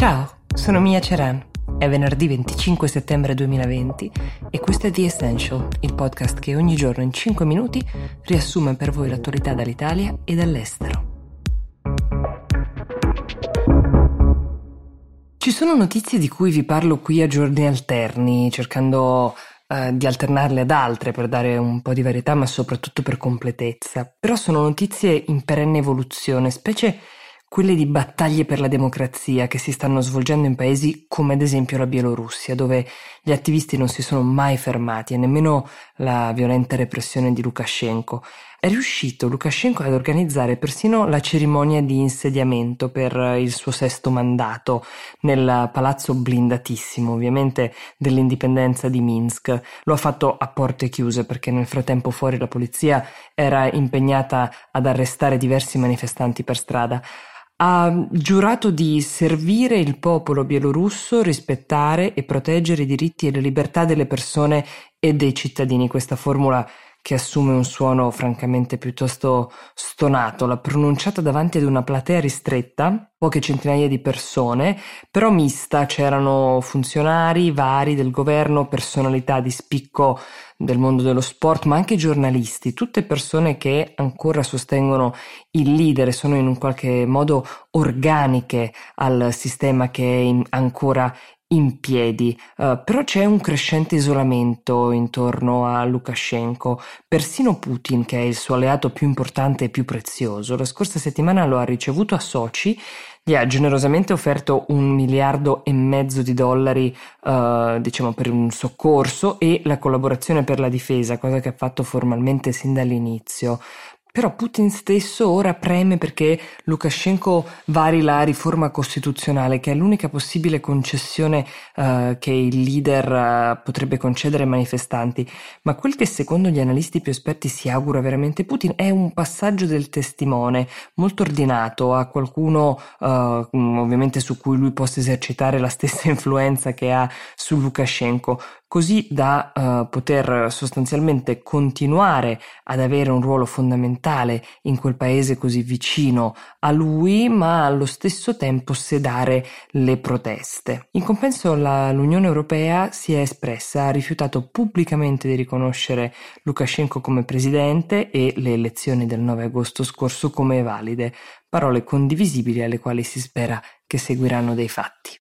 Ciao, sono Mia Ceran. È venerdì 25 settembre 2020 e questo è The Essential, il podcast che ogni giorno in 5 minuti riassume per voi l'attualità dall'Italia e dall'estero. Ci sono notizie di cui vi parlo qui a giorni alterni, cercando di alternarle ad altre per dare un po' di varietà, ma soprattutto per completezza. Però sono notizie in perenne evoluzione, specie quelle di battaglie per la democrazia che si stanno svolgendo in paesi come ad esempio la Bielorussia, dove gli attivisti non si sono mai fermati e nemmeno la violenta repressione di Lukashenko. È riuscito Lukashenko ad organizzare persino la cerimonia di insediamento per il suo 6º mandato nel palazzo blindatissimo, ovviamente, dell'indipendenza di Minsk. Lo ha fatto a porte chiuse perché nel frattempo fuori la polizia era impegnata ad arrestare diversi manifestanti per strada. Ha giurato di servire il popolo bielorusso, rispettare e proteggere i diritti e le libertà delle persone e dei cittadini. Questa formula, che assume un suono francamente piuttosto stonato, l'ha pronunciata davanti ad una platea ristretta, poche centinaia di persone, però mista. C'erano funzionari vari del governo, personalità di spicco del mondo dello sport, ma anche giornalisti, tutte persone che ancora sostengono il leader e sono in un qualche modo organiche al sistema che è ancora in piedi. Però c'è un crescente isolamento intorno a Lukashenko. Persino Putin, che è il suo alleato più importante e più prezioso, la scorsa settimana lo ha ricevuto a Sochi, gli ha generosamente offerto $1,5 miliardi, per un soccorso e la collaborazione per la difesa, cosa che ha fatto formalmente sin dall'inizio. Però Putin stesso ora preme perché Lukashenko vari la riforma costituzionale, che è l'unica possibile concessione che il leader potrebbe concedere ai manifestanti. Ma quel che secondo gli analisti più esperti si augura veramente Putin è un passaggio del testimone molto ordinato a qualcuno ovviamente su cui lui possa esercitare la stessa influenza che ha su Lukashenko, così da poter sostanzialmente continuare ad avere un ruolo fondamentale in quel paese così vicino a lui, ma allo stesso tempo sedare le proteste. In compenso l'Unione Europea si è espressa, ha rifiutato pubblicamente di riconoscere Lukashenko come presidente e le elezioni del 9 agosto scorso come valide, parole condivisibili alle quali si spera che seguiranno dei fatti.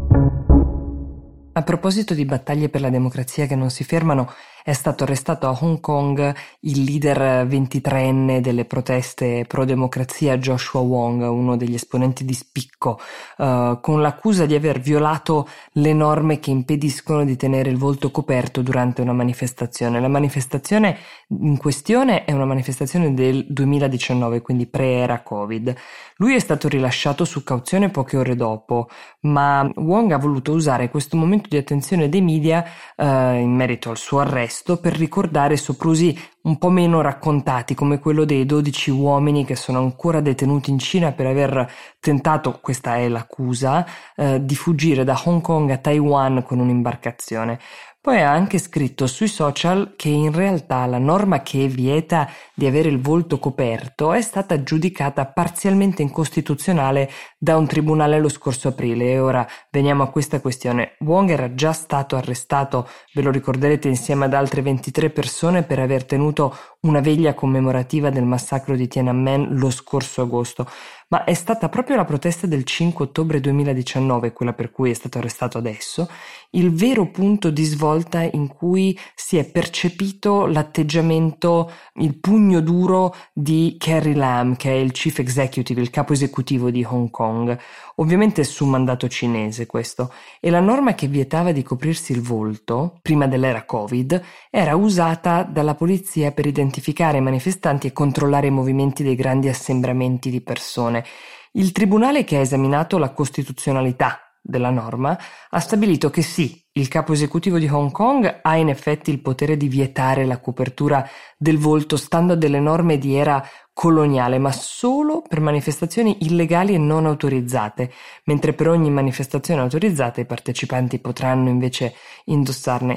A proposito di battaglie per la democrazia che non si fermano, è stato arrestato a Hong Kong il leader 23enne delle proteste pro-democrazia Joshua Wong, uno degli esponenti di spicco, con l'accusa di aver violato le norme che impediscono di tenere il volto coperto durante una manifestazione. La manifestazione in questione è una manifestazione del 2019, quindi pre-era Covid. Lui è stato rilasciato su cauzione poche ore dopo, ma Wong ha voluto usare questo momento di attenzione dei media in merito al suo arresto per ricordare soprusi un po' meno raccontati, come quello dei 12 uomini che sono ancora detenuti in Cina per aver tentato, questa è l'accusa, di fuggire da Hong Kong a Taiwan con un'imbarcazione. Poi ha anche scritto sui social che in realtà la norma che vieta di avere il volto coperto è stata giudicata parzialmente incostituzionale da un tribunale lo scorso aprile. E ora veniamo a questa questione. Wong era già stato arrestato, ve lo ricorderete, insieme ad altre 23 persone per aver tenuto una veglia commemorativa del massacro di Tiananmen lo scorso agosto. Ma è stata proprio la protesta del 5 ottobre 2019, quella per cui è stato arrestato adesso, il vero punto di svolta in cui si è percepito l'atteggiamento, il pugno duro di Carrie Lam, che è il chief executive, il capo esecutivo di Hong Kong, ovviamente su mandato cinese questo, e la norma che vietava di coprirsi il volto, prima dell'era Covid, era usata dalla polizia per identificare i manifestanti e controllare i movimenti dei grandi assembramenti di persone. Il tribunale che ha esaminato la costituzionalità della norma ha stabilito che sì, il capo esecutivo di Hong Kong ha in effetti il potere di vietare la copertura del volto stando a delle norme di era coloniale, ma solo per manifestazioni illegali e non autorizzate, mentre per ogni manifestazione autorizzata i partecipanti potranno invece indossarne.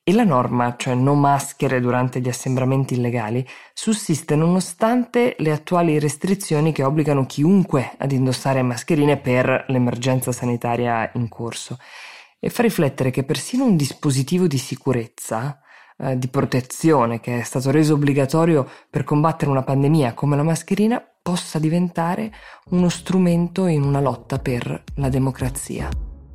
E la norma, cioè no maschere durante gli assembramenti illegali, sussiste nonostante le attuali restrizioni che obbligano chiunque ad indossare mascherine per l'emergenza sanitaria in corso. E fa riflettere che persino un dispositivo di sicurezza, di protezione, che è stato reso obbligatorio per combattere una pandemia come la mascherina, possa diventare uno strumento in una lotta per la democrazia.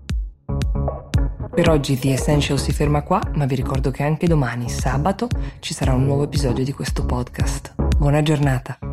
Per oggi The Essential si ferma qua, ma vi ricordo che anche domani, sabato, ci sarà un nuovo episodio di questo podcast. Buona giornata!